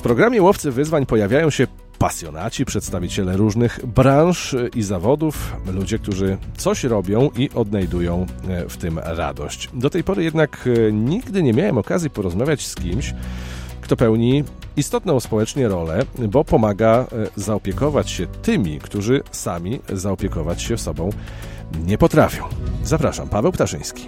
programie Łowcy Wyzwań pojawiają się pasjonaci, przedstawiciele różnych branż i zawodów, ludzie, którzy coś robią i odnajdują w tym radość. Do tej pory jednak nigdy nie miałem okazji porozmawiać z kimś, kto pełni istotną społecznie rolę, bo pomaga zaopiekować się tymi, którzy sami zaopiekować się sobą nie potrafią. Zapraszam, Paweł Ptaszyński.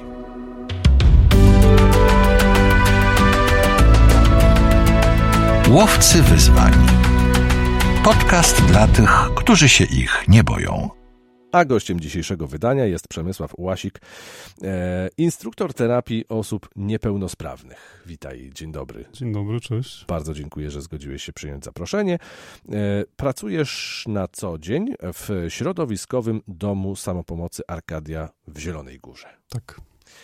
Łowcy Wyzwań. Podcast dla tych, którzy się ich nie boją. A gościem dzisiejszego wydania jest Przemysław Ułasik, instruktor terapii osób niepełnosprawnych. Witaj, dzień dobry. Dzień dobry, cześć. Bardzo dziękuję, że zgodziłeś się przyjąć zaproszenie. Pracujesz na co dzień w środowiskowym domu samopomocy Arkadia w Zielonej Górze. Tak.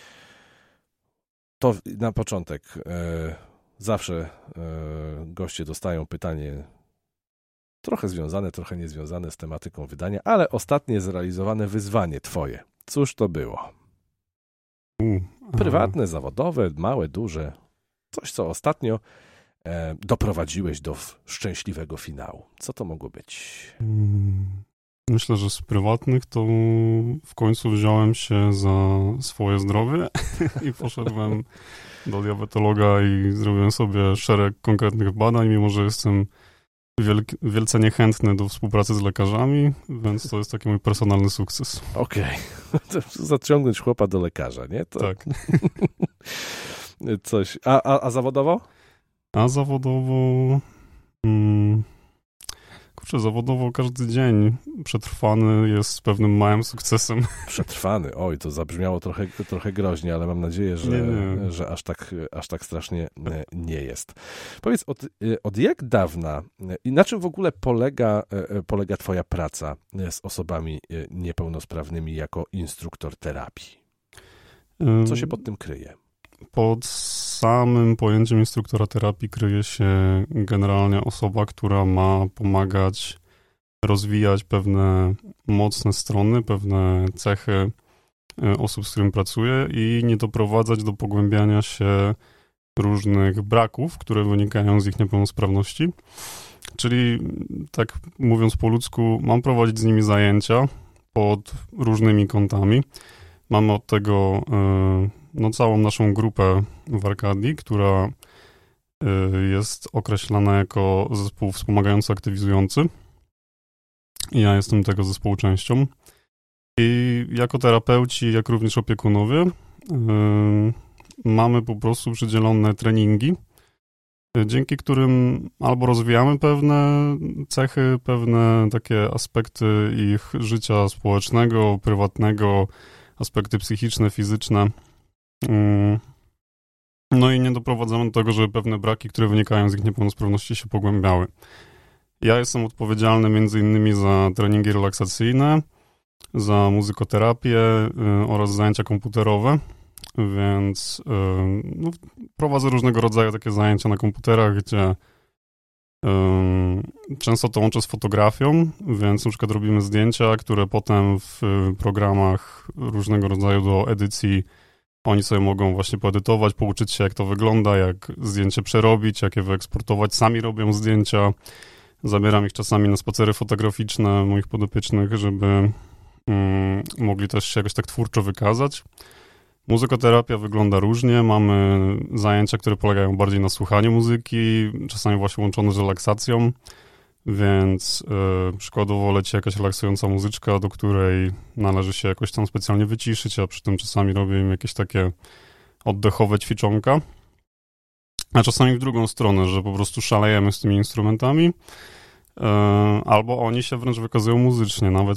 To na początek zawsze goście dostają pytanie trochę związane, trochę niezwiązane z tematyką wydania, ale ostatnie zrealizowane wyzwanie twoje. Cóż to było? Prywatne, zawodowe, małe, duże. Coś, co ostatnio doprowadziłeś do szczęśliwego finału. Co to mogło być? Myślę, że z prywatnych to w końcu wziąłem się za swoje zdrowie i poszedłem do diabetologa i zrobiłem sobie szereg konkretnych badań, mimo że jestem wielce niechętny do współpracy z lekarzami, więc to jest taki mój personalny sukces. Okej. Zaciągnąć chłopa do lekarza, nie? To... Tak. Coś. A zawodowo? A zawodowo... Zawodowo każdy dzień przetrwany jest pewnym małym sukcesem. Przetrwany. Oj, to zabrzmiało trochę groźnie, ale mam nadzieję, że aż tak strasznie nie jest. Powiedz, od jak dawna i na czym w ogóle polega twoja praca z osobami niepełnosprawnymi jako instruktor terapii? Co się pod tym kryje? Pod samym pojęciem instruktora terapii kryje się generalnie osoba, która ma pomagać rozwijać pewne mocne strony, pewne cechy osób, z którymi pracuje i nie doprowadzać do pogłębiania się różnych braków, które wynikają z ich niepełnosprawności. Czyli, tak mówiąc po ludzku, mam prowadzić z nimi zajęcia pod różnymi kątami. Mamy od tego całą naszą grupę w Arkadii, która jest określana jako zespół wspomagający, aktywizujący. Ja jestem tego zespołu częścią. I jako terapeuci, jak również opiekunowie, mamy po prostu przydzielone treningi, dzięki którym albo rozwijamy pewne cechy, pewne takie aspekty ich życia społecznego, prywatnego, aspekty psychiczne, fizyczne. No i nie doprowadzamy do tego, żeby pewne braki, które wynikają z ich niepełnosprawności, się pogłębiały. Ja jestem odpowiedzialny między innymi za treningi relaksacyjne, za muzykoterapię oraz zajęcia komputerowe, więc prowadzę różnego rodzaju takie zajęcia na komputerach, gdzie często to łączę z fotografią, więc na przykład robimy zdjęcia, które potem w programach różnego rodzaju do edycji oni sobie mogą właśnie poedytować, pouczyć się, jak to wygląda, jak zdjęcie przerobić, jak je wyeksportować. Sami robią zdjęcia. Zabieram ich czasami na spacery fotograficzne moich podopiecznych, żeby mogli też się jakoś tak twórczo wykazać. Muzykoterapia wygląda różnie. Mamy zajęcia, które polegają bardziej na słuchaniu muzyki, czasami właśnie łączone z relaksacją, więc przykładowo leci jakaś relaksująca muzyczka, do której należy się jakoś tam specjalnie wyciszyć, a przy tym czasami robię im jakieś takie oddechowe ćwiczonka. A czasami w drugą stronę, że po prostu szalejemy z tymi instrumentami, albo oni się wręcz wykazują muzycznie. Nawet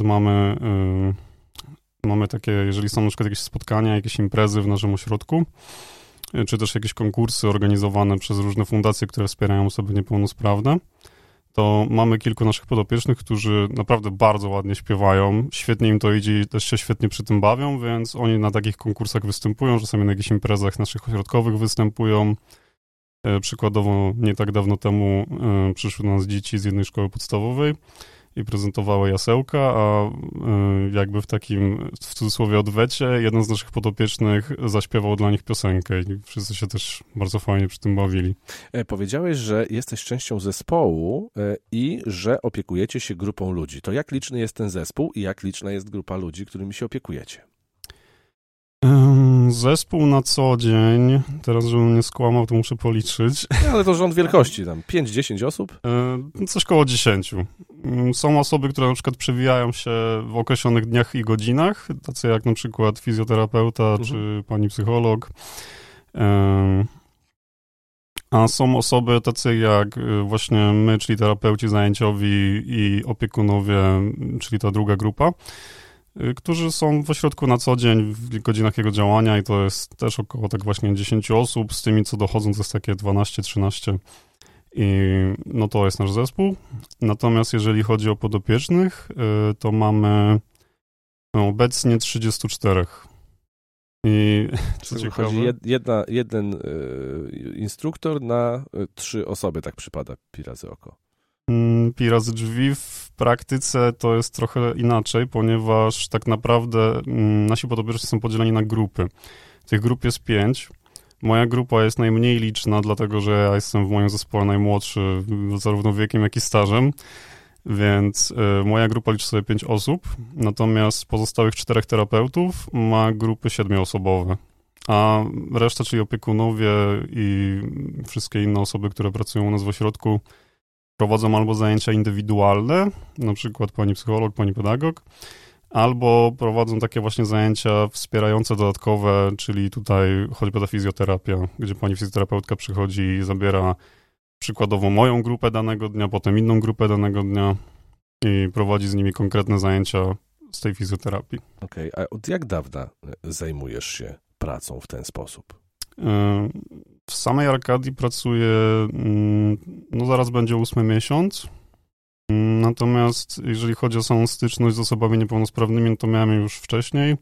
mamy takie, jeżeli są na przykład jakieś spotkania, jakieś imprezy w naszym ośrodku, czy też jakieś konkursy organizowane przez różne fundacje, które wspierają osoby niepełnosprawne, to mamy kilku naszych podopiecznych, którzy naprawdę bardzo ładnie śpiewają, świetnie im to idzie i też się świetnie przy tym bawią, więc oni na takich konkursach występują, czasami na jakichś imprezach naszych ośrodkowych występują. Przykładowo nie tak dawno temu przyszły do nas dzieci z jednej szkoły podstawowej i prezentowały jasełka, a jakby w takim, w cudzysłowie, odwecie jeden z naszych podopiecznych zaśpiewał dla nich piosenkę i wszyscy się też bardzo fajnie przy tym bawili. Powiedziałeś, że jesteś częścią zespołu i że opiekujecie się grupą ludzi. To jak liczny jest ten zespół i jak liczna jest grupa ludzi, którymi się opiekujecie? Zespół na co dzień, teraz żebym nie skłamał, to muszę policzyć. Ale to rząd wielkości, tam 5-10 osób? Coś koło 10. Są osoby, które na przykład przewijają się w określonych dniach i godzinach, tacy jak na przykład fizjoterapeuta czy pani psycholog. A są osoby tacy jak właśnie my, czyli terapeuci zajęciowi i opiekunowie, czyli ta druga grupa, którzy są w ośrodku na co dzień w godzinach jego działania i to jest też około tak właśnie 10 osób, z tymi co dochodzą to jest takie 12-13 i no to jest nasz zespół. Natomiast jeżeli chodzi o podopiecznych, to mamy obecnie 34. I co ciekawe, jeden instruktor na 3 osoby, tak przypada pi razy oko. Pi razy drzwi w praktyce to jest trochę inaczej, ponieważ tak naprawdę nasi podopieczni są podzieleni na grupy. Tych grup jest 5. Moja grupa jest najmniej liczna, dlatego że ja jestem w moim zespole najmłodszy, zarówno wiekiem, jak i stażem, więc moja grupa liczy sobie 5 osób, natomiast pozostałych 4 terapeutów ma grupy 7-osobowe. A reszta, czyli opiekunowie i wszystkie inne osoby, które pracują u nas w ośrodku, prowadzą albo zajęcia indywidualne, na przykład pani psycholog, pani pedagog, albo prowadzą takie właśnie zajęcia wspierające dodatkowe, czyli tutaj choćby ta fizjoterapia, gdzie pani fizjoterapeutka przychodzi i zabiera przykładowo moją grupę danego dnia, potem inną grupę danego dnia i prowadzi z nimi konkretne zajęcia z tej fizjoterapii. Okej, a od jak dawna zajmujesz się pracą w ten sposób? W samej Arkadii pracuję, no zaraz będzie 8 miesiąc, natomiast jeżeli chodzi o samą styczność z osobami niepełnosprawnymi, to miałem już wcześniej.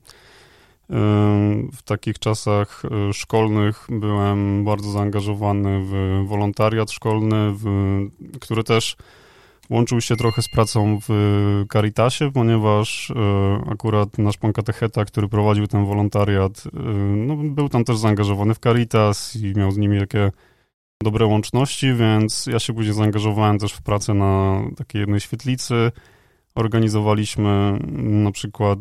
W takich czasach szkolnych byłem bardzo zaangażowany w wolontariat szkolny, który też łączył się trochę z pracą w Caritasie, ponieważ akurat nasz pan katecheta, który prowadził ten wolontariat, no, był tam też zaangażowany w Caritas i miał z nimi takie dobre łączności, więc ja się później zaangażowałem też w pracę na takiej jednej świetlicy. Organizowaliśmy na przykład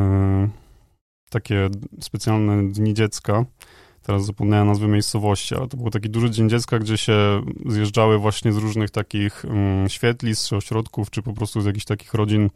takie specjalne Dni Dziecka. Teraz zapomniałem nazwy miejscowości, ale to był taki duży Dzień Dziecka, gdzie się zjeżdżały właśnie z różnych takich świetlic, czy ośrodków, czy po prostu z jakichś takich rodzin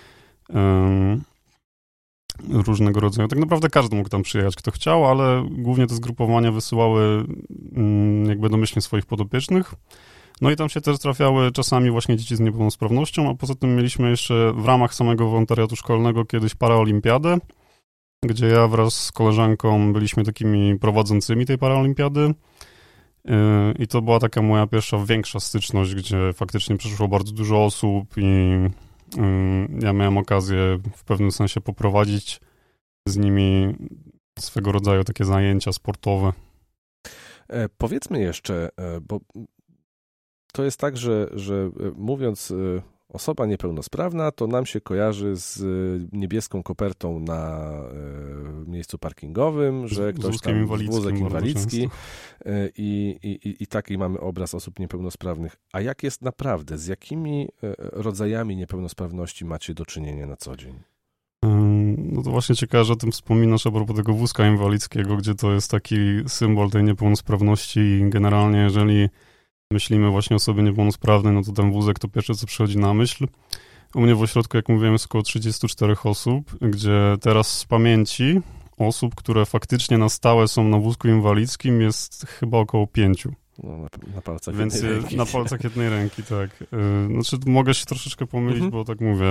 różnego rodzaju. Tak naprawdę każdy mógł tam przyjechać, kto chciał, ale głównie te zgrupowania wysyłały jakby domyślnie swoich podopiecznych. No i tam się też trafiały czasami właśnie dzieci z niepełnosprawnością, a poza tym mieliśmy jeszcze w ramach samego wolontariatu szkolnego kiedyś paraolimpiadę, gdzie ja wraz z koleżanką byliśmy takimi prowadzącymi tej paraolimpiady i to była taka moja pierwsza większa styczność, gdzie faktycznie przyszło bardzo dużo osób i ja miałem okazję w pewnym sensie poprowadzić z nimi swego rodzaju takie zajęcia sportowe. Powiedzmy jeszcze, bo to jest tak, że mówiąc osoba niepełnosprawna, to nam się kojarzy z niebieską kopertą na miejscu parkingowym, że ktoś tam wózek inwalidzki i taki mamy obraz osób niepełnosprawnych. A jak jest naprawdę? Z jakimi rodzajami niepełnosprawności macie do czynienia na co dzień? No to właśnie ciekawe, że o tym wspominasz a propos tego wózka inwalidzkiego, gdzie to jest taki symbol tej niepełnosprawności i generalnie jeżeli myślimy właśnie o osobie niepełnosprawnej, no to ten wózek to pierwsze, co przychodzi na myśl. U mnie w ośrodku, jak mówiłem, jest około 34 osób, gdzie teraz z pamięci osób, które faktycznie na stałe są na wózku inwalidzkim, jest chyba około 5. No, na palcach Więc jednej ręki. Na palcach jednej ręki, tak. Znaczy, mogę się troszeczkę pomylić, bo tak mówię.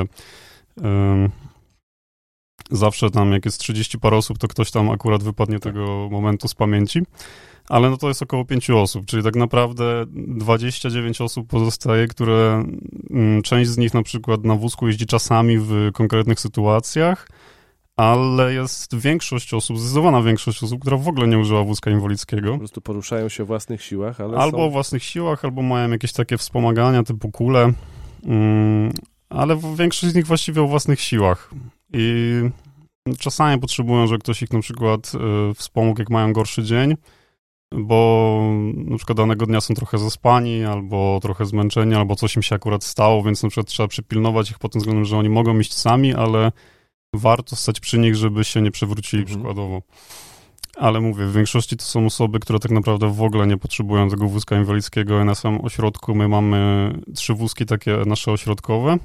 Zawsze tam, jak jest 30 parę osób, to ktoś tam akurat wypadnie tego momentu z pamięci. Ale no to jest około 5 osób, czyli tak naprawdę 29 osób pozostaje, które część z nich na przykład na wózku jeździ czasami w konkretnych sytuacjach, ale jest większość osób, zdecydowana większość osób, która w ogóle nie użyła wózka inwalidzkiego. Po prostu poruszają się o własnych siłach, ale albo o własnych siłach, albo mają jakieś takie wspomagania typu kule, ale większość z nich właściwie o własnych siłach. I czasami potrzebują, że ktoś ich na przykład wspomógł, jak mają gorszy dzień, bo na przykład danego dnia są trochę zaspani, albo trochę zmęczeni, albo coś im się akurat stało, więc na przykład trzeba przypilnować ich pod tym względem, że oni mogą iść sami, ale warto stać przy nich, żeby się nie przewrócili przykładowo. Ale mówię, w większości to są osoby, które tak naprawdę w ogóle nie potrzebują tego wózka inwalidzkiego. Na samym ośrodku my mamy 3 wózki takie nasze ośrodkowe,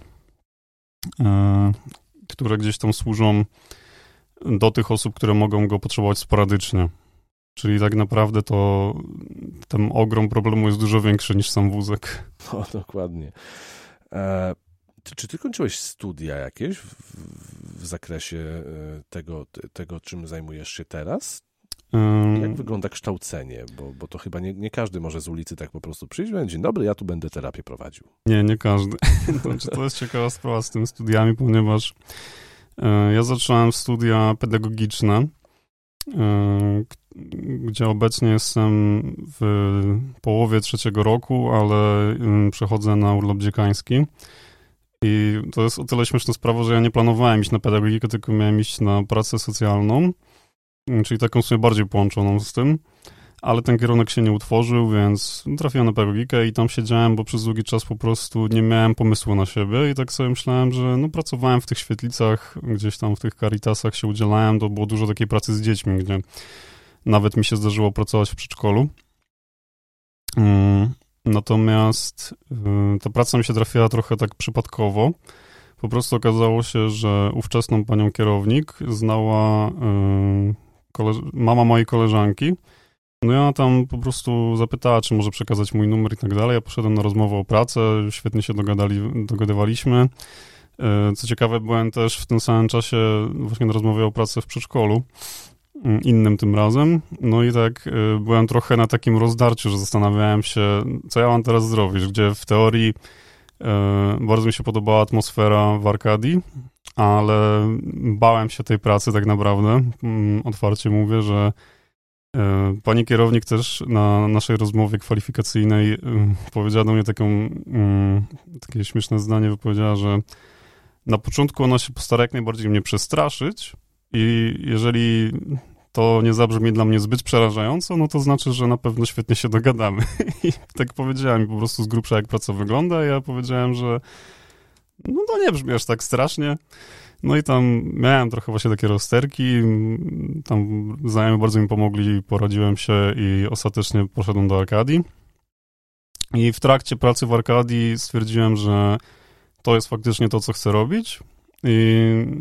które gdzieś tam służą do tych osób, które mogą go potrzebować sporadycznie. Czyli tak naprawdę to ten ogrom problemu jest dużo większy niż sam wózek. No, dokładnie. Czy ty kończyłeś studia jakieś w zakresie tego, czym zajmujesz się teraz? Jak wygląda kształcenie? Bo to chyba nie każdy może z ulicy tak po prostu przyjść, dzień dobry, ja tu będę terapię prowadził. Nie każdy. To jest ciekawa sprawa z tymi studiami, ponieważ ja zacząłem studia pedagogiczne, gdzie obecnie jestem w połowie 3. roku, ale przechodzę na urlop dziekański. I to jest o tyle śmieszna sprawa, że ja nie planowałem iść na pedagogikę, tylko miałem iść na pracę socjalną, czyli taką sobie bardziej połączoną z tym, ale ten kierunek się nie utworzył, więc trafiłem na pedagogikę i tam siedziałem, bo przez długi czas po prostu nie miałem pomysłu na siebie i tak sobie myślałem, że pracowałem w tych świetlicach, gdzieś tam w tych Caritasach się udzielałem, to było dużo takiej pracy z dziećmi, gdzie nawet mi się zdarzyło pracować w przedszkolu. Natomiast ta praca mi się trafiła trochę tak przypadkowo. Po prostu okazało się, że ówczesną panią kierownik znała mama mojej koleżanki. No i ona tam po prostu zapytała, czy może przekazać mój numer i tak dalej. Ja poszedłem na rozmowę o pracę, świetnie się dogadywaliśmy. Co ciekawe, byłem też w tym samym czasie właśnie na rozmowie o pracę w przedszkolu. Innym tym razem. No i tak byłem trochę na takim rozdarciu, że zastanawiałem się, co ja mam teraz zrobić, gdzie w teorii bardzo mi się podobała atmosfera w Arkadii, ale bałem się tej pracy tak naprawdę. Otwarcie mówię, że pani kierownik też na naszej rozmowie kwalifikacyjnej powiedziała do mnie takie śmieszne zdanie, wypowiedziała, że na początku ona się postara jak najbardziej mnie przestraszyć i jeżeli to nie zabrzmi dla mnie zbyt przerażająco, no to znaczy, że na pewno świetnie się dogadamy. I tak powiedziała mi po prostu z grubsza, jak praca wygląda. Ja powiedziałem, że to nie brzmi aż tak strasznie. No i tam miałem trochę właśnie takie rozterki. Tam znajomi bardzo mi pomogli, poradziłem się i ostatecznie poszedłem do Arkadii. I w trakcie pracy w Arkadii stwierdziłem, że to jest faktycznie to, co chcę robić. I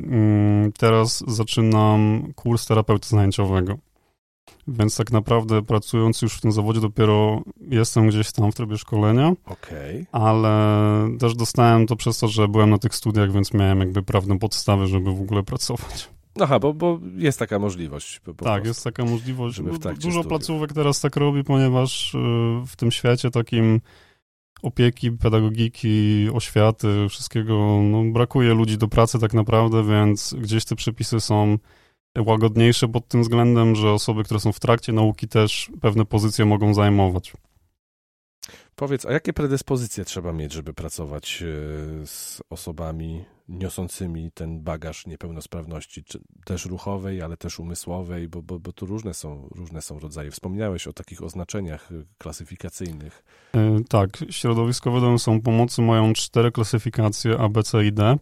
teraz zaczynam kurs terapeuty zajęciowego. Więc tak naprawdę pracując już w tym zawodzie dopiero jestem gdzieś tam w trybie szkolenia. Okej. Ale też dostałem to przez to, że byłem na tych studiach, więc miałem jakby prawne podstawy, żeby w ogóle pracować. Aha, bo jest taka możliwość. Tak, jest taka możliwość. Żeby w trakcie Dużo studiów. placówek teraz tak robi, ponieważ w tym świecie takim opieki, pedagogiki, oświaty, wszystkiego, brakuje ludzi do pracy tak naprawdę, więc gdzieś te przepisy są łagodniejsze pod tym względem, że osoby, które są w trakcie nauki też pewne pozycje mogą zajmować. Powiedz, a jakie predyspozycje trzeba mieć, żeby pracować z osobami niosącymi ten bagaż niepełnosprawności, czy też ruchowej, ale też umysłowej, bo tu różne są rodzaje. Wspomniałeś o takich oznaczeniach klasyfikacyjnych. Tak, środowiskowe domy samopomocy mają 4 klasyfikacje A, B, C i D,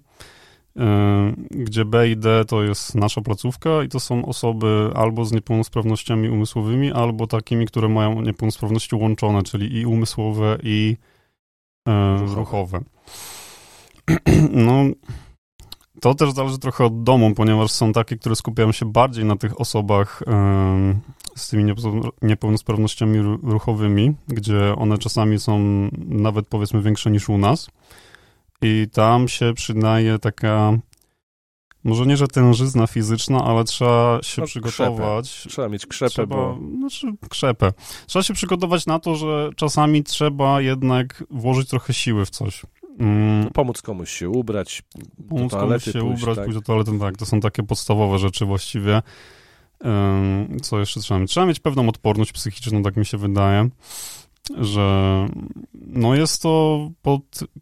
gdzie B i D to jest nasza placówka i to są osoby albo z niepełnosprawnościami umysłowymi, albo takimi, które mają niepełnosprawności łączone, czyli i umysłowe, i ruchowe. To też zależy trochę od domu, ponieważ są takie, które skupiają się bardziej na tych osobach z tymi niepełnosprawnościami ruchowymi, gdzie one czasami są nawet powiedzmy większe niż u nas. I tam się przydaje taka, może nie, że tężyzna fizyczna, ale trzeba się przygotować. Krzepę. Trzeba mieć krzepę, krzepę. Trzeba się przygotować na to, że czasami trzeba jednak włożyć trochę siły w coś. Pomóc komuś się ubrać, pójść do toalety, tak. To są takie podstawowe rzeczy właściwie. Co jeszcze trzeba mieć? Trzeba mieć pewną odporność psychiczną, tak mi się wydaje, że jest to pod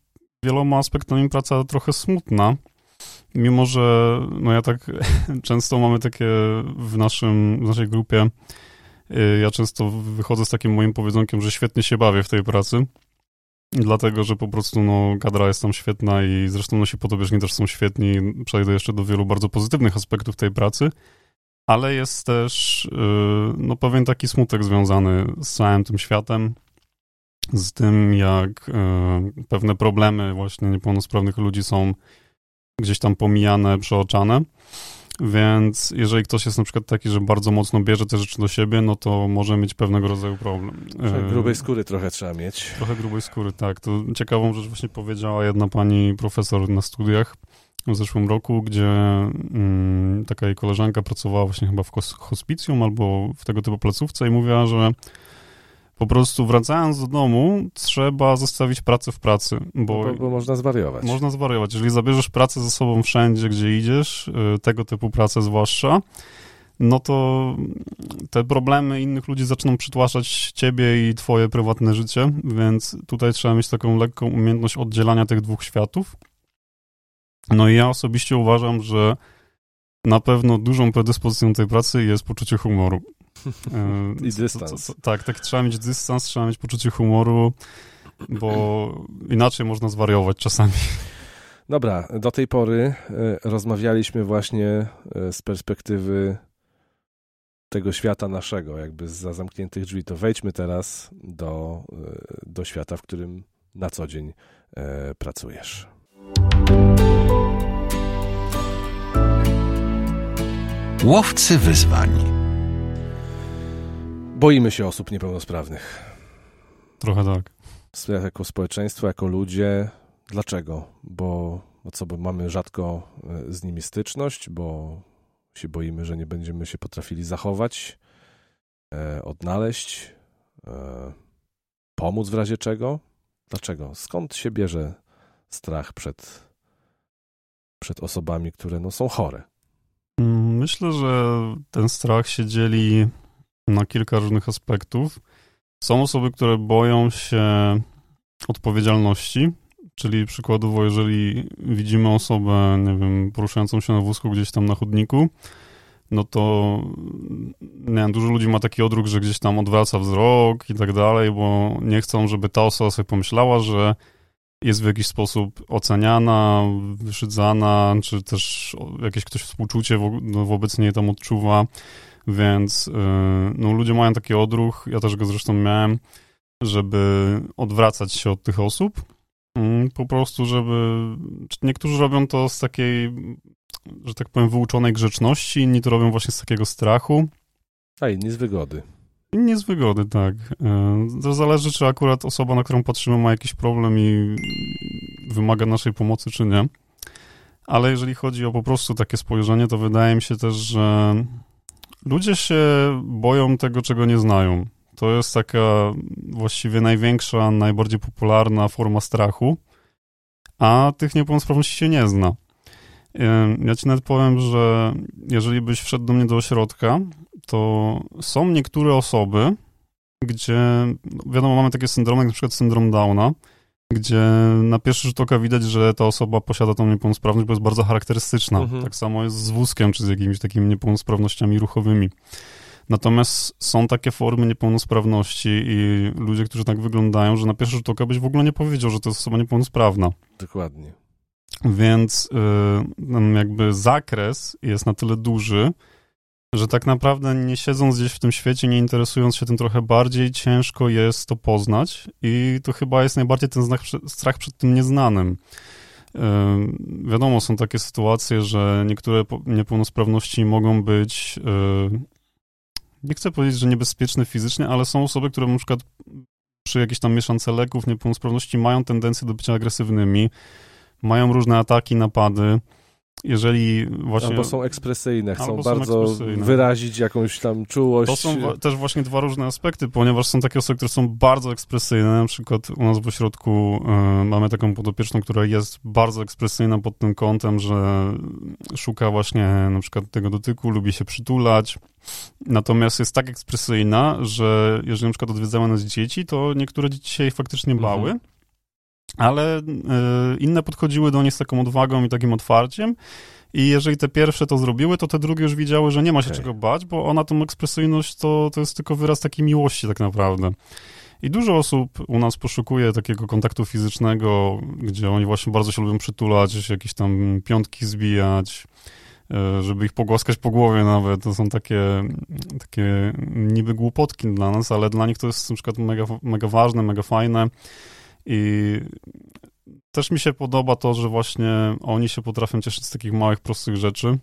wieloma aspektami praca trochę smutna, mimo że no ja tak często mamy takie w naszej grupie, ja często wychodzę z takim moim powiedzonkiem, że świetnie się bawię w tej pracy, dlatego, że po prostu no kadra jest tam świetna i zresztą nasi podobieżni też są świetni, przejdę jeszcze do wielu bardzo pozytywnych aspektów tej pracy, ale jest też no pewien taki smutek związany z całym tym światem, z tym, jak pewne problemy właśnie niepełnosprawnych ludzi są gdzieś tam pomijane, przeoczane, więc jeżeli ktoś jest na przykład taki, że bardzo mocno bierze te rzeczy do siebie, no to może mieć pewnego rodzaju problem. Grubej skóry trochę trzeba mieć. Trochę grubej skóry, tak. To ciekawą rzecz właśnie powiedziała jedna pani profesor na studiach w zeszłym roku, gdzie taka jej koleżanka pracowała właśnie chyba w hospicjum albo w tego typu placówce i mówiła, że po prostu wracając do domu trzeba zostawić pracę w pracy, bo można zwariować. Można zwariować. Jeżeli zabierzesz pracę ze sobą wszędzie, gdzie idziesz, tego typu pracę zwłaszcza, no to te problemy innych ludzi zaczną przytłaczać ciebie i twoje prywatne życie, więc tutaj trzeba mieć taką lekką umiejętność oddzielania tych dwóch światów. No i ja osobiście uważam, że na pewno dużą predyspozycją tej pracy jest poczucie humoru. I dystans. Tak, trzeba mieć dystans, trzeba mieć poczucie humoru, bo inaczej można zwariować czasami. Dobra, do tej pory rozmawialiśmy właśnie z perspektywy tego świata naszego, jakby zza zamkniętych drzwi. To wejdźmy teraz do świata, w którym na co dzień pracujesz. Łowcy wyzwań. Boimy się osób niepełnosprawnych. Trochę tak. Jako społeczeństwo, jako ludzie. Dlaczego? Bo mamy rzadko z nimi styczność, bo się boimy, że nie będziemy się potrafili zachować, odnaleźć, pomóc w razie czego. Dlaczego? Skąd się bierze strach przed osobami, które są chore? Myślę, że ten strach się dzieli na kilka różnych aspektów. Są osoby, które boją się odpowiedzialności, czyli przykładowo, jeżeli widzimy osobę, nie wiem, poruszającą się na wózku gdzieś tam na chodniku, no to nie wiem, dużo ludzi ma taki odruch, że gdzieś tam odwraca wzrok i tak dalej, bo nie chcą, żeby ta osoba sobie pomyślała, że jest w jakiś sposób oceniana, wyszydzana, czy też jakieś ktoś współczucie wobec niej tam odczuwa, więc no, ludzie mają taki odruch, ja też go zresztą miałem, żeby odwracać się od tych osób, po prostu, niektórzy robią to z takiej, że tak powiem, wyuczonej grzeczności, inni to robią właśnie z takiego strachu. A inni z wygody. Inni z wygody, tak. To zależy, czy akurat osoba, na którą patrzymy, ma jakiś problem i wymaga naszej pomocy, czy nie. Ale jeżeli chodzi o po prostu takie spojrzenie, to wydaje mi się też, że ludzie się boją tego, czego nie znają. To jest taka właściwie największa, najbardziej popularna forma strachu, a tych niepełnosprawności się nie zna. Ja ci nawet powiem, że jeżeli byś wszedł do mnie do ośrodka, to są niektóre osoby, gdzie, wiadomo, mamy takie syndromy, jak na przykład syndrom Downa, gdzie na pierwszy rzut oka widać, że ta osoba posiada tą niepełnosprawność, bo jest bardzo charakterystyczna. Mhm. Tak samo jest z wózkiem, czy z jakimiś takimi niepełnosprawnościami ruchowymi. Natomiast są takie formy niepełnosprawności i ludzie, którzy tak wyglądają, że na pierwszy rzut oka byś w ogóle nie powiedział, że to jest osoba niepełnosprawna. Dokładnie. Więc jakby zakres jest na tyle duży, że tak naprawdę nie siedząc gdzieś w tym świecie, nie interesując się tym trochę bardziej, ciężko jest to poznać i to chyba jest najbardziej ten strach przed tym nieznanym. Wiadomo, są takie sytuacje, że niektóre niepełnosprawności mogą być, nie chcę powiedzieć, że niebezpieczne fizycznie, ale są osoby, które na przykład przy jakiejś tam mieszance leków, niepełnosprawności mają tendencję do bycia agresywnymi, mają różne ataki, napady. Jeżeli właśnie... Albo są ekspresyjne, chcą bardzo wyrazić jakąś tam czułość. To są też właśnie dwa różne aspekty, ponieważ są takie osoby, które są bardzo ekspresyjne. Na przykład u nas w ośrodku mamy taką podopieczną, która jest bardzo ekspresyjna pod tym kątem, że szuka właśnie na przykład tego dotyku, lubi się przytulać. Natomiast jest tak ekspresyjna, że jeżeli na przykład odwiedzamy nas dzieci, to niektóre dzieci się jej faktycznie bały. ale inne podchodziły do niej z taką odwagą i takim otwarciem i jeżeli te pierwsze to zrobiły, to te drugie już widziały, że nie ma się czego bać, bo ona tą ekspresyjność to jest tylko wyraz takiej miłości tak naprawdę. I dużo osób u nas poszukuje takiego kontaktu fizycznego, gdzie oni właśnie bardzo się lubią przytulać, jakieś tam piątki zbijać, żeby ich pogłaskać po głowie nawet. To są takie niby głupotki dla nas, ale dla nich to jest na przykład mega, mega ważne, mega fajne. I też mi się podoba to, że właśnie oni się potrafią cieszyć z takich małych, prostych rzeczy.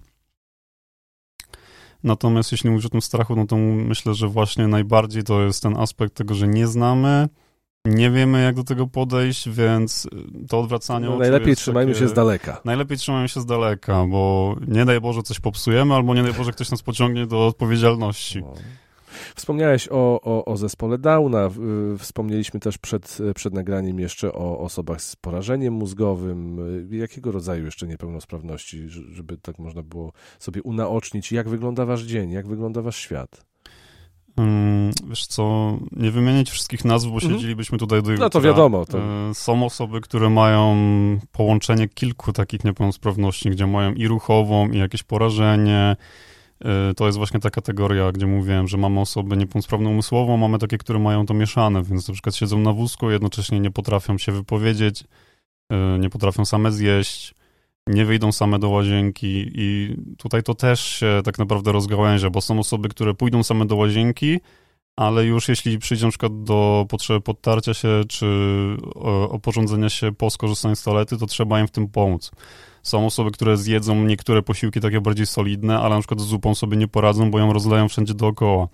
Natomiast jeśli mówisz o tym strachu, no to myślę, że właśnie najbardziej to jest ten aspekt tego, że nie znamy, nie wiemy, jak do tego podejść, więc to odwracanie oczu najlepiej trzymajmy się z daleka. Najlepiej trzymajmy się z daleka, bo nie daj Boże coś popsujemy, albo nie daj Boże ktoś nas pociągnie do odpowiedzialności. No. Wspomniałeś o zespole Downa, wspomnieliśmy też przed nagraniem jeszcze o osobach z porażeniem mózgowym. Jakiego rodzaju jeszcze niepełnosprawności, żeby tak można było sobie unaocznić, jak wygląda wasz dzień, jak wygląda wasz świat? Wiesz co, nie wymienić wszystkich nazw, bo siedzielibyśmy tutaj do jutra. No to wiadomo. Są osoby, które mają połączenie kilku takich niepełnosprawności, gdzie mają i ruchową, i jakieś porażenie. To jest właśnie ta kategoria, gdzie mówiłem, że mamy osoby niepełnosprawne umysłowo, mamy takie, które mają to mieszane, więc na przykład siedzą na wózku, jednocześnie nie potrafią się wypowiedzieć, nie potrafią same zjeść, nie wyjdą same do łazienki i tutaj to też się tak naprawdę rozgałęzia, bo są osoby, które pójdą same do łazienki, ale już jeśli przyjdzie na przykład do potrzeby podtarcia się czy oporządzenia się po skorzystaniu z toalety, to trzeba im w tym pomóc. Są osoby, które zjedzą niektóre posiłki takie bardziej solidne, ale na przykład z zupą sobie nie poradzą, bo ją rozleją wszędzie dookoła.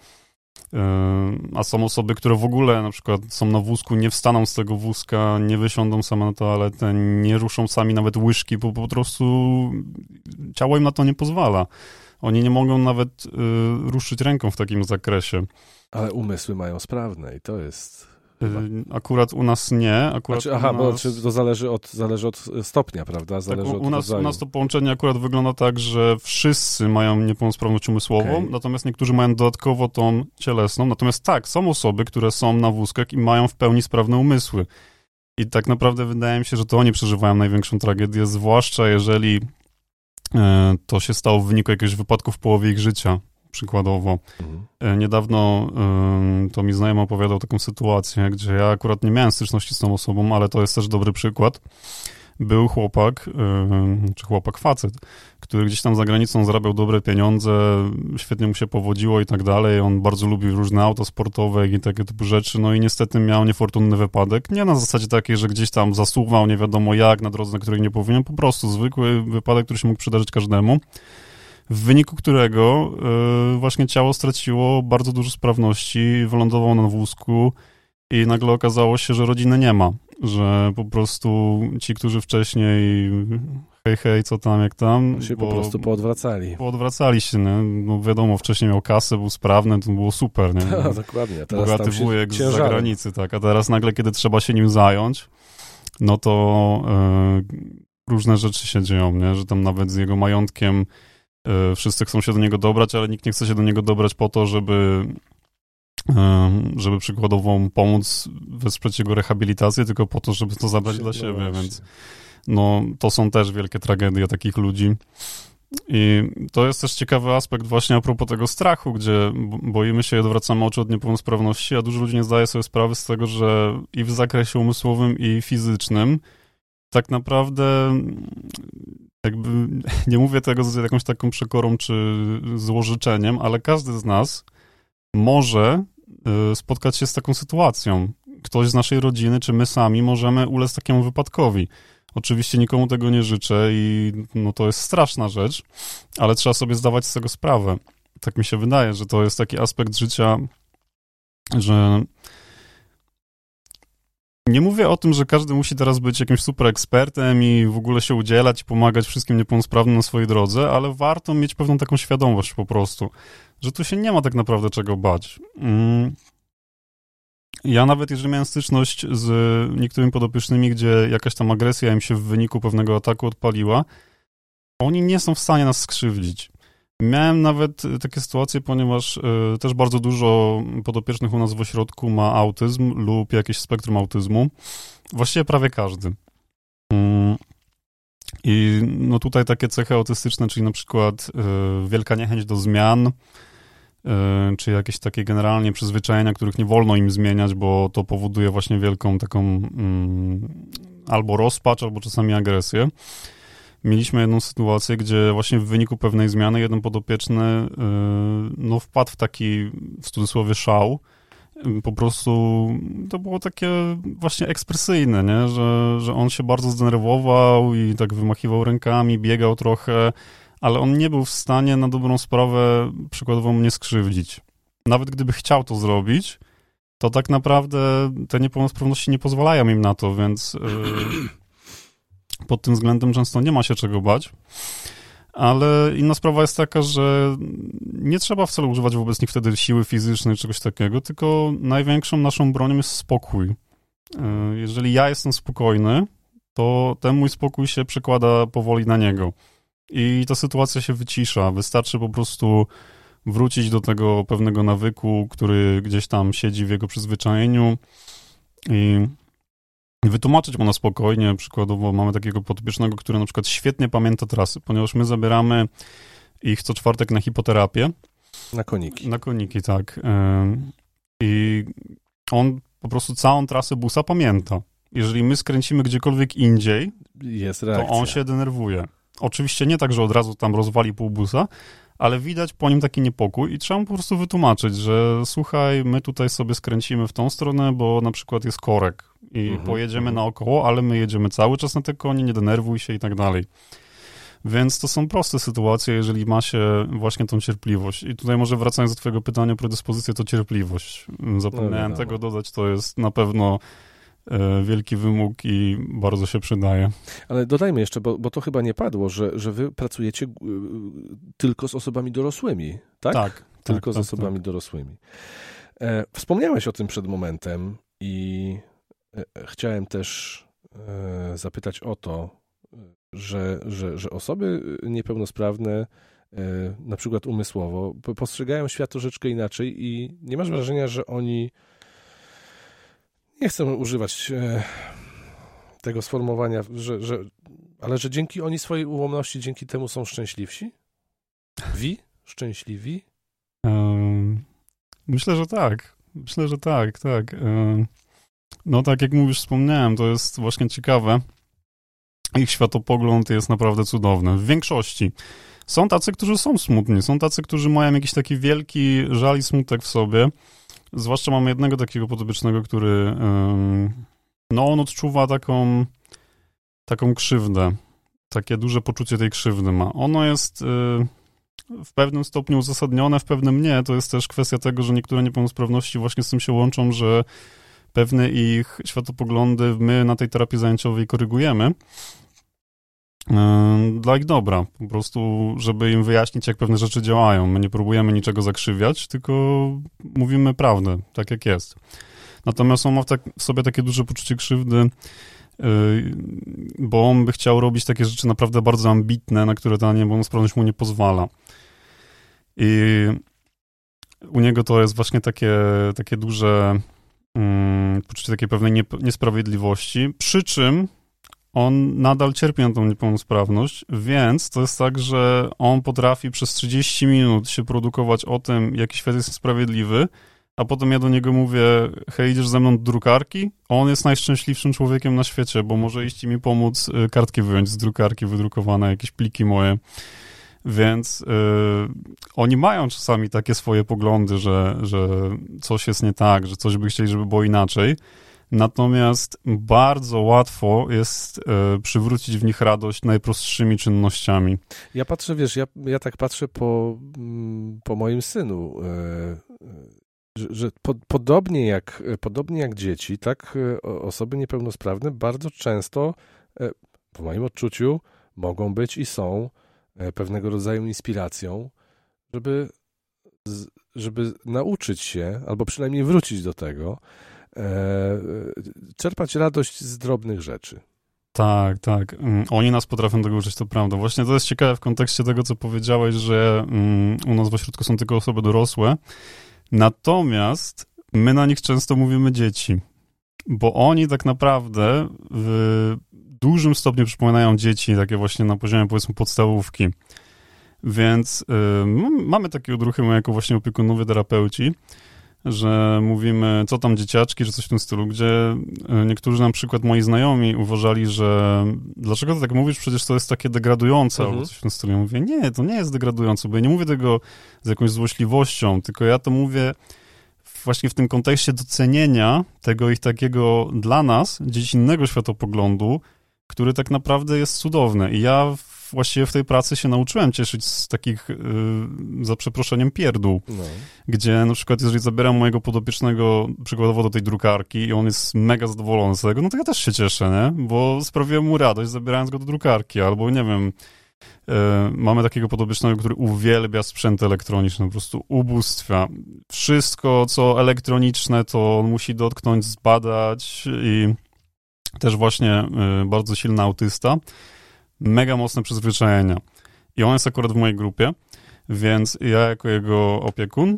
A są osoby, które w ogóle na przykład są na wózku, nie wstaną z tego wózka, nie wysiądą same na toaletę, nie ruszą sami nawet łyżki, bo po prostu ciało im na to nie pozwala. Oni nie mogą nawet ruszyć ręką w takim zakresie. Ale umysły mają sprawne i to jest... Akurat u nas nie. Bo to zależy od stopnia, prawda? Zależy od u nas to połączenie akurat wygląda tak, że wszyscy mają niepełnosprawność umysłową, natomiast niektórzy mają dodatkowo tą cielesną. Natomiast tak, są osoby, które są na wózkach i mają w pełni sprawne umysły. I tak naprawdę wydaje mi się, że to oni przeżywają największą tragedię, zwłaszcza jeżeli to się stało w wyniku jakiegoś wypadku w połowie ich życia. Przykładowo. Niedawno to mi znajomy opowiadał taką sytuację, gdzie ja akurat nie miałem styczności z tą osobą, ale to jest też dobry przykład. Był chłopak, czy facet, który gdzieś tam za granicą zarabiał dobre pieniądze, świetnie mu się powodziło i tak dalej. On bardzo lubił różne auta sportowe i takie typu rzeczy, no i niestety miał niefortunny wypadek. Nie na zasadzie takiej, że gdzieś tam zasuwał nie wiadomo jak na drodze, na której nie powinien, po prostu zwykły wypadek, który się mógł przydarzyć każdemu. W wyniku którego właśnie ciało straciło bardzo dużo sprawności, wylądował na wózku i nagle okazało się, że rodziny nie ma, że po prostu ci, którzy wcześniej hej, co tam, jak tam... Się po prostu poodwracali. Poodwracali się, nie? No wiadomo, wcześniej miał kasę, był sprawny, to było super, nie? No, dokładnie. Teraz bogaty wujek z zagranicy, tak, a teraz nagle, kiedy trzeba się nim zająć, no to różne rzeczy się dzieją, nie? Że tam nawet z jego majątkiem wszyscy chcą się do niego dobrać, ale nikt nie chce się do niego dobrać po to, żeby przykładowo pomóc wesprzeć jego rehabilitację, tylko po to, żeby to zabrać dla siebie, więc no, to są też wielkie tragedie takich ludzi. I to jest też ciekawy aspekt właśnie a propos tego strachu, gdzie boimy się i odwracamy oczy od niepełnosprawności, a dużo ludzi nie zdaje sobie sprawy z tego, że i w zakresie umysłowym, i fizycznym tak naprawdę jakby, nie mówię tego z jakąś taką przekorą czy złożyczeniem, ale każdy z nas może spotkać się z taką sytuacją. Ktoś z naszej rodziny, czy my sami możemy ulec takiemu wypadkowi. Oczywiście nikomu tego nie życzę i no, to jest straszna rzecz, ale trzeba sobie zdawać z tego sprawę. Tak mi się wydaje, że to jest taki aspekt życia, że nie mówię o tym, że każdy musi teraz być jakimś super ekspertem i w ogóle się udzielać i pomagać wszystkim niepełnosprawnym na swojej drodze, ale warto mieć pewną taką świadomość po prostu, że tu się nie ma tak naprawdę czego bać. Ja nawet jeżeli miałem styczność z niektórymi podopiecznymi, gdzie jakaś tam agresja im się w wyniku pewnego ataku odpaliła, oni nie są w stanie nas skrzywdzić. Miałem nawet takie sytuacje, ponieważ też bardzo dużo podopiecznych u nas w ośrodku ma autyzm lub jakieś spektrum autyzmu. Właściwie prawie każdy. I no tutaj takie cechy autystyczne, czyli na przykład wielka niechęć do zmian, czy jakieś takie generalnie przyzwyczajenia, których nie wolno im zmieniać, bo to powoduje właśnie wielką taką albo rozpacz, albo czasami agresję. Mieliśmy jedną sytuację, gdzie właśnie w wyniku pewnej zmiany jeden podopieczny no, wpadł w taki, w cudzysłowie, szał. Po prostu to było takie właśnie ekspresyjne, nie? Że on się bardzo zdenerwował i tak wymachiwał rękami, biegał trochę, ale on nie był w stanie na dobrą sprawę przykładowo mnie skrzywdzić. Nawet gdyby chciał to zrobić, to tak naprawdę te niepełnosprawności nie pozwalają im na to, więc pod tym względem często nie ma się czego bać. Ale inna sprawa jest taka, że nie trzeba wcale używać wobec nich wtedy siły fizycznej, czegoś takiego, tylko największą naszą bronią jest spokój. Jeżeli ja jestem spokojny, to ten mój spokój się przekłada powoli na niego. I ta sytuacja się wycisza. Wystarczy po prostu wrócić do tego pewnego nawyku, który gdzieś tam siedzi w jego przyzwyczajeniu i wytłumaczyć mu na spokojnie. Przykładowo mamy takiego podopiecznego, który na przykład świetnie pamięta trasy, ponieważ my zabieramy ich co czwartek na hipoterapię. Na koniki. Na koniki, tak. I on po prostu całą trasę busa pamięta. Jeżeli my skręcimy gdziekolwiek indziej, jest reakcja. To on się denerwuje. Oczywiście nie tak, że od razu tam rozwali pół busa, ale widać po nim taki niepokój i trzeba mu po prostu wytłumaczyć, że słuchaj, my tutaj sobie skręcimy w tą stronę, bo na przykład jest korek i pojedziemy naokoło, ale my jedziemy cały czas na te konie, nie denerwuj się i tak dalej. Więc to są proste sytuacje, jeżeli ma się właśnie tą cierpliwość. I tutaj może wracając do twojego pytania o predyspozycję, to cierpliwość. Zapomniałem tego dodać, to jest na pewno wielki wymóg i bardzo się przydaje. Ale dodajmy jeszcze, bo to chyba nie padło, że wy pracujecie tylko z osobami dorosłymi, tak? Tak. Tylko z osobami dorosłymi. Wspomniałeś o tym przed momentem i chciałem też zapytać o to, że osoby niepełnosprawne, na przykład umysłowo, postrzegają świat troszeczkę inaczej i nie masz wrażenia, że oni nie chcę używać tego sformułowania, ale że dzięki oni swojej ułomności, dzięki temu są szczęśliwsi? Szczęśliwi? Myślę, że tak. Tak. No tak jak mówisz, wspomniałem, to jest właśnie ciekawe. Ich światopogląd jest naprawdę cudowny. W większości. Są tacy, którzy są smutni, są tacy, którzy mają jakiś taki wielki żal i smutek w sobie. Zwłaszcza mamy jednego takiego podopiecznego, który no on odczuwa taką krzywdę. Takie duże poczucie tej krzywdy ma. Ono jest w pewnym stopniu uzasadnione, w pewnym nie. To jest też kwestia tego, że niektóre niepełnosprawności właśnie z tym się łączą, że pewne ich światopoglądy my na tej terapii zajęciowej korygujemy dla ich dobra. Po prostu, żeby im wyjaśnić, jak pewne rzeczy działają. My nie próbujemy niczego zakrzywiać, tylko mówimy prawdę, tak jak jest. Natomiast on ma w sobie takie duże poczucie krzywdy, bo on by chciał robić takie rzeczy naprawdę bardzo ambitne, na które ta niepełnosprawność mu nie pozwala. I u niego to jest właśnie takie duże poczucie takiej pewnej niesprawiedliwości, przy czym on nadal cierpi na tą niepełnosprawność, więc to jest tak, że on potrafi przez 30 minut się produkować o tym, jaki świat jest niesprawiedliwy, a potem ja do niego mówię, hej, idziesz ze mną do drukarki? On jest najszczęśliwszym człowiekiem na świecie, bo może iść i mi pomóc kartki wyjąć z drukarki, wydrukowane jakieś pliki moje. Więc oni mają czasami takie swoje poglądy, że coś jest nie tak, że coś by chcieli, żeby było inaczej. Natomiast bardzo łatwo jest przywrócić w nich radość najprostszymi czynnościami. Ja patrzę, wiesz, ja tak patrzę po moim synu, że podobnie jak dzieci, tak osoby niepełnosprawne bardzo często, w moim odczuciu, mogą być i są pewnego rodzaju inspiracją, żeby nauczyć się, albo przynajmniej wrócić do tego, czerpać radość z drobnych rzeczy. Tak. Oni nas potrafią tego uczyć, to prawda. Właśnie to jest ciekawe w kontekście tego, co powiedziałeś, że u nas w ośrodku są tylko osoby dorosłe. Natomiast my na nich często mówimy dzieci, bo oni tak naprawdę w dużym stopniu przypominają dzieci, takie właśnie na poziomie, powiedzmy, podstawówki. Więc mamy takie odruchy jako właśnie opiekunowie terapeuci, że mówimy, co tam dzieciaczki, czy coś w tym stylu, gdzie niektórzy na przykład moi znajomi uważali, że dlaczego ty tak mówisz, przecież to jest takie degradujące, albo coś w tym stylu. Ja mówię, nie, to nie jest degradujące, bo ja nie mówię tego z jakąś złośliwością, tylko ja to mówię właśnie w tym kontekście docenienia tego ich takiego dla nas dziecinnego światopoglądu, który tak naprawdę jest cudowny. I ja właściwie w tej pracy się nauczyłem cieszyć z takich, za przeproszeniem, pierdół. No. Gdzie na przykład, jeżeli zabieram mojego podopiecznego przykładowo do tej drukarki i on jest mega zadowolony z tego, no to ja też się cieszę, nie? Bo sprawiłem mu radość, zabierając go do drukarki. Albo, nie wiem, mamy takiego podopiecznego, który uwielbia sprzęty elektroniczne, po prostu ubóstwia. Wszystko, co elektroniczne, to on musi dotknąć, zbadać i też właśnie bardzo silny autysta. Mega mocne przyzwyczajenia. I on jest akurat w mojej grupie, więc ja jako jego opiekun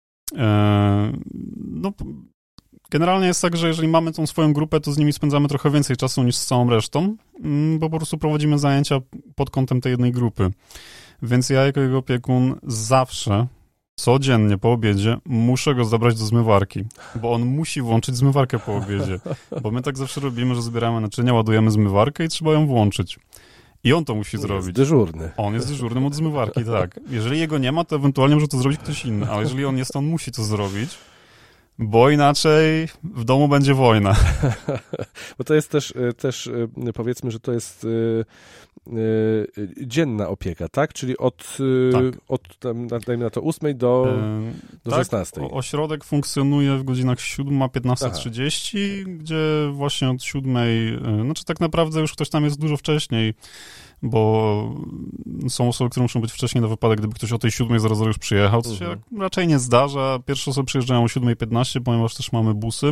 no generalnie jest tak, że jeżeli mamy tą swoją grupę, to z nimi spędzamy trochę więcej czasu niż z całą resztą, bo po prostu prowadzimy zajęcia pod kątem tej jednej grupy. Więc ja jako jego opiekun zawsze, codziennie po obiedzie muszę go zabrać do zmywarki, bo on musi włączyć zmywarkę po obiedzie, bo my tak zawsze robimy, że zbieramy naczynia, ładujemy zmywarkę i trzeba ją włączyć. I on to musi zrobić. Jest dyżurny. On jest dyżurnym od zmywarki, tak. Jeżeli jego nie ma, to ewentualnie może to zrobić ktoś inny, ale jeżeli on jest, to on musi to zrobić, bo inaczej w domu będzie wojna. Bo to jest też powiedzmy, że to jest dzienna opieka, tak? Czyli od dajmy na to 8 do 16. Ośrodek funkcjonuje w godzinach 7, 15:30, gdzie właśnie od 7, znaczy tak naprawdę już ktoś tam jest dużo wcześniej, bo są osoby, które muszą być wcześniej na wypadek, gdyby ktoś o tej 7 zaraz już przyjechał, co się raczej nie zdarza. Pierwsze osoby przyjeżdżają o 7:15, ponieważ też mamy busy,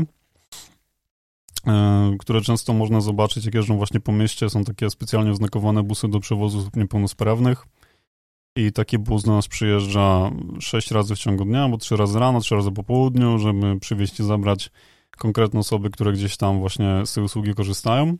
które często można zobaczyć, jak jeżdżą właśnie po mieście. Są takie specjalnie oznakowane busy do przewozu osób niepełnosprawnych i taki bus do nas przyjeżdża 6 razy w ciągu dnia, bo 3 razy rano, 3 razy po południu, żeby przywieźć i zabrać konkretne osoby, które gdzieś tam właśnie z tej usługi korzystają.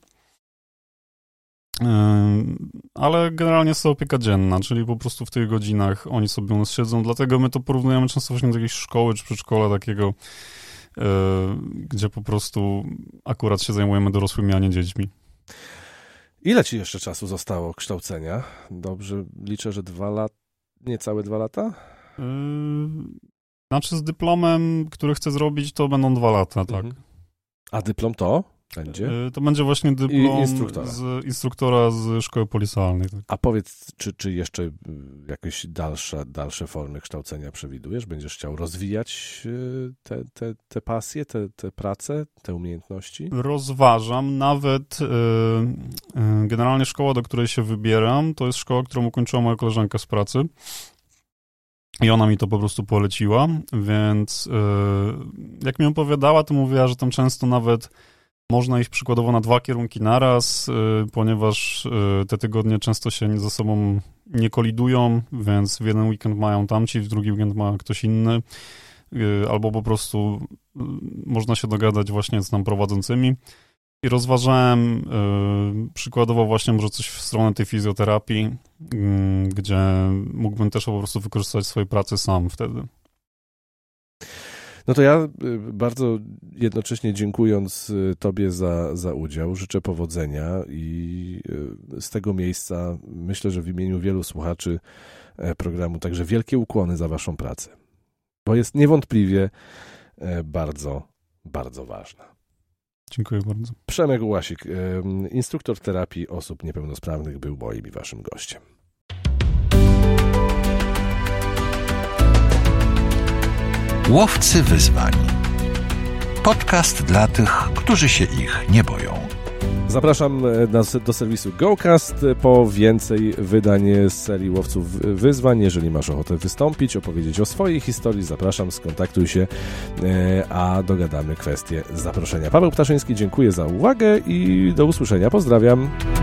Ale generalnie jest to opieka dzienna, czyli po prostu w tych godzinach oni sobie u nas siedzą, dlatego my to porównujemy często właśnie do jakiejś szkoły czy przedszkola takiego, gdzie po prostu akurat się zajmujemy dorosłymi, a nie dziećmi. Ile ci jeszcze czasu zostało kształcenia? Dobrze liczę, że 2 lata, niecałe 2 lata? Znaczy z dyplomem, który chcę zrobić, to będą 2 lata, tak. A dyplom to będzie? To będzie właśnie dyplom instruktora z szkoły polisalnej. Tak. A powiedz, czy jeszcze jakieś dalsze formy kształcenia przewidujesz? Będziesz chciał rozwijać te pasje, te prace, te umiejętności? Rozważam. Nawet generalnie szkoła, do której się wybieram, to jest szkoła, którą ukończyła moja koleżanka z pracy. I ona mi to po prostu poleciła, więc jak mi opowiadała, to mówiła, że tam często nawet można iść przykładowo na 2 kierunki naraz, ponieważ te tygodnie często się ze sobą nie kolidują, więc w jeden weekend mają tamci, w drugi weekend ma ktoś inny, albo po prostu można się dogadać właśnie z tam prowadzącymi. I rozważałem przykładowo właśnie może coś w stronę tej fizjoterapii, gdzie mógłbym też po prostu wykorzystać swojej pracy sam wtedy. No to ja bardzo jednocześnie dziękując Tobie za udział, życzę powodzenia i z tego miejsca myślę, że w imieniu wielu słuchaczy programu także wielkie ukłony za Waszą pracę, bo jest niewątpliwie bardzo, bardzo ważna. Dziękuję bardzo. Przemek Łasik, instruktor terapii osób niepełnosprawnych, był moim i Waszym gościem. Łowcy wyzwań. Podcast dla tych, którzy się ich nie boją. Zapraszam do serwisu GoCast po więcej wydań z serii Łowców Wyzwań. Jeżeli masz ochotę wystąpić, opowiedzieć o swojej historii, zapraszam, skontaktuj się, a dogadamy kwestię zaproszenia. Paweł Ptaszyński, dziękuję za uwagę i do usłyszenia. Pozdrawiam.